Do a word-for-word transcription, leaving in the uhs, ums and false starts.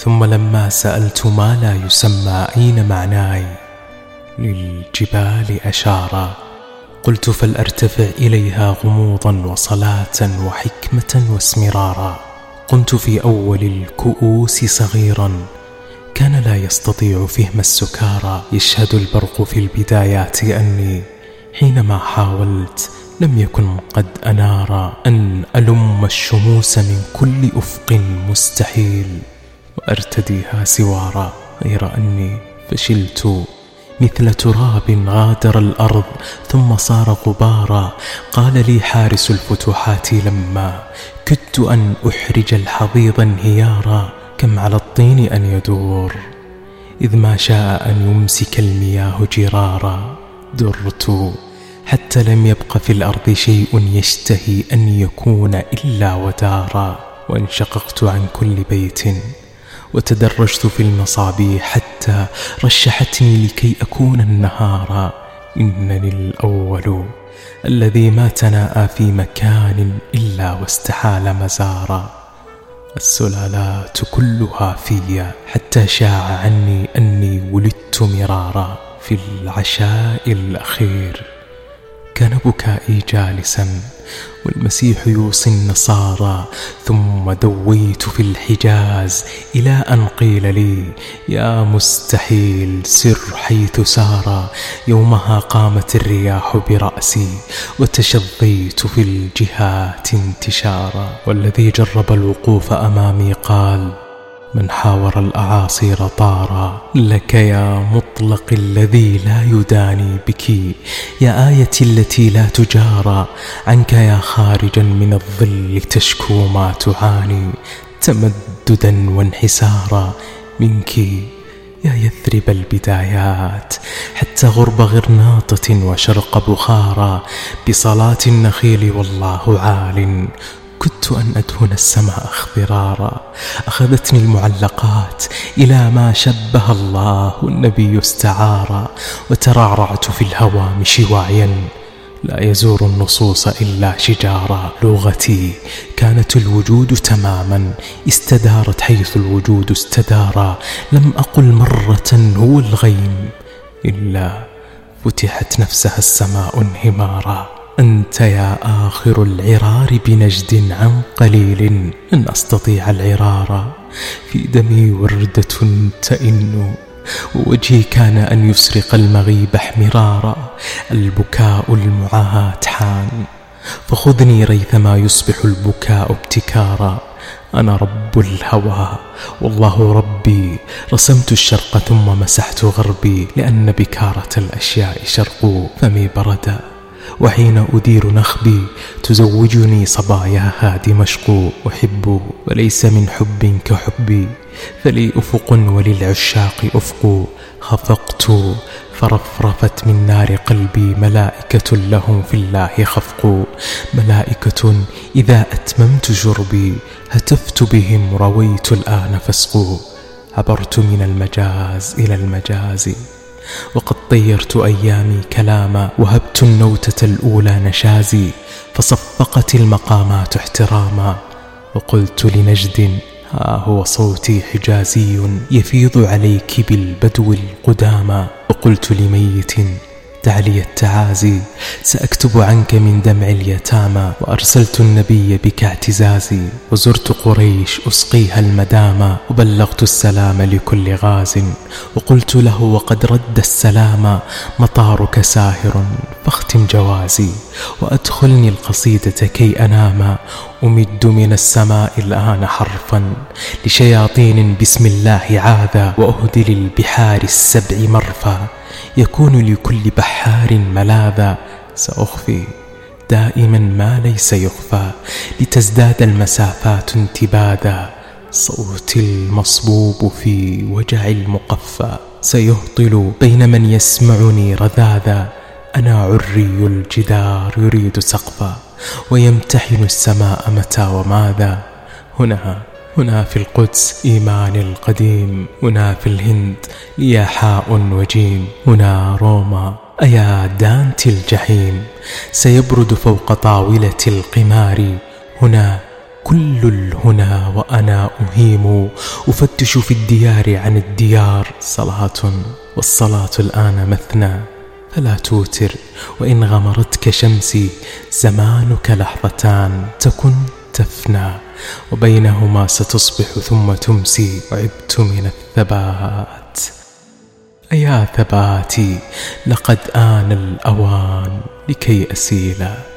ثم لما سألت ما لا يسمى أين معناي للجبال أشارا. قلت فلأرتفع إليها غموضا وصلاة وحكمة واسمرارا. قمت في أول الكؤوس صغيرا كان لا يستطيع فهم السكارى. يشهد البرق في البدايات أني حينما حاولت لم يكن قد أنارا أن ألم الشموس من كل أفق مستحيل وأرتديها سوارا، غير أني فشلت مثل تراب غادر الأرض ثم صار غبارا. قال لي حارس الفتوحات لما كدت أن أحرج الحضيض انهيارا: كم على الطين أن يدور إذ ما شاء أن يمسك المياه جرارا. درت حتى لم يبق في الأرض شيء يشتهي أن يكون إلا ودارا. وانشققت عن كل بيت وتدرجت في المصابيح حتى رشحتني لكي أكون النهارا. إنني الأول الذي ما تناءى في مكان إلا واستحال مزارا. السلالات كلها في حتى شاع عني أني ولدت مرارا. في العشاء الأخير كان بكائي جالسا والمسيح يوصي النصارى. ثم دويت في الحجاز إلى أن قيل لي: يا مستحيل سر حيث سارا. يومها قامت الرياح برأسي وتشظيت في الجهات انتشارا. والذي جرب الوقوف أمامي قال: من حاور الأعاصير طارا. لك يا مطلق الذي لا يداني بك، يا آيتي التي لا تجارى. عنك يا خارجا من الظل تشكو ما تعاني، تمددا وانحسارا. منك يا يثرب البدايات حتى غرب غرناطة وشرق بخارى. بصلاة النخيل والله عال كدت أن أدهن السماء اخضرارا. أخذتني المعلقات إلى ما شبه الله والنبي استعارا. وترعرعت في الهوامش واعيا لا يزور النصوص إلا شجارا. لغتي كانت الوجود تماما استدارت حيث الوجود استدارا. لم أقل مرة هو الغيم إلا فتحت نفسها السماء انهمارا. أنت يا آخر العرار بنجد عن قليل لن أستطيع العرار. في دمي وردة تئن ووجهي كان أن يسرق المغيب احمرارا. البكاء المعاهات حان فخذني ريثما يصبح البكاء ابتكارا. أنا رب الهوى والله ربي، رسمت الشرق ثم مسحت غربي. لأن بكارة الأشياء شرق فمي بردا، وحين أدير نخبي تزوجني صباياها دمشق. أحب وليس من حب كحبي، فلي أفق وللعشاق أفق. خفقت فرفرفت من نار قلبي ملائكة لهم في الله خفق. ملائكة إذا أتممت شربي هتفت بهم رويت الآن فسق. عبرت من المجاز إلى المجاز وقد طيرت أيامي كلاما. وهبت النوتة الأولى نشازي فصفقت المقامات احتراما. وقلت لنجد: ها هو صوتي حجازي يفيض عليك بالبدو القدامى. وقلت لميت: دع لي التعازي سأكتب عنك من دمع اليتامى. وأرسلت النبي بك اعتزازي وزرت قريش أسقيها المدامى. وبلغت السلام لكل غاز وقلت له: وقد رد السلام. مطارك ساهر فاختم جوازي وأدخلني القصيدة كي أنام. أمد من السماء الآن حرفا لشياطين بسم الله عاذا. وأهدي للبحار السبع مرفا يكون لكل بحار ملاذا. سأخفي دائما ما ليس يخفى لتزداد المسافات انتباذا. صوتي المصبوب في وجع المقفى سيهطل بين من يسمعني رذاذا. أنا عري الجدار يريد سقفا ويمتحن السماء متى وماذا. هنا هنا في القدس إيمان القديم، هنا في الهند لي حاء وجيم. هنا روما أيا دانت الجحيم سيبرد فوق طاولة القمار. هنا كل الهنا وأنا أهيم أفتش في الديار عن الديار. صلاة والصلاة الآن مثنى فلا توتر، وإن غمرتك شمسي زمانك لحظتان تكن تفنى، وبينهما ستصبح ثم تمسي. وعبت من الثبات أيا ثباتي، لقد آن الأوان لكي أسيلا.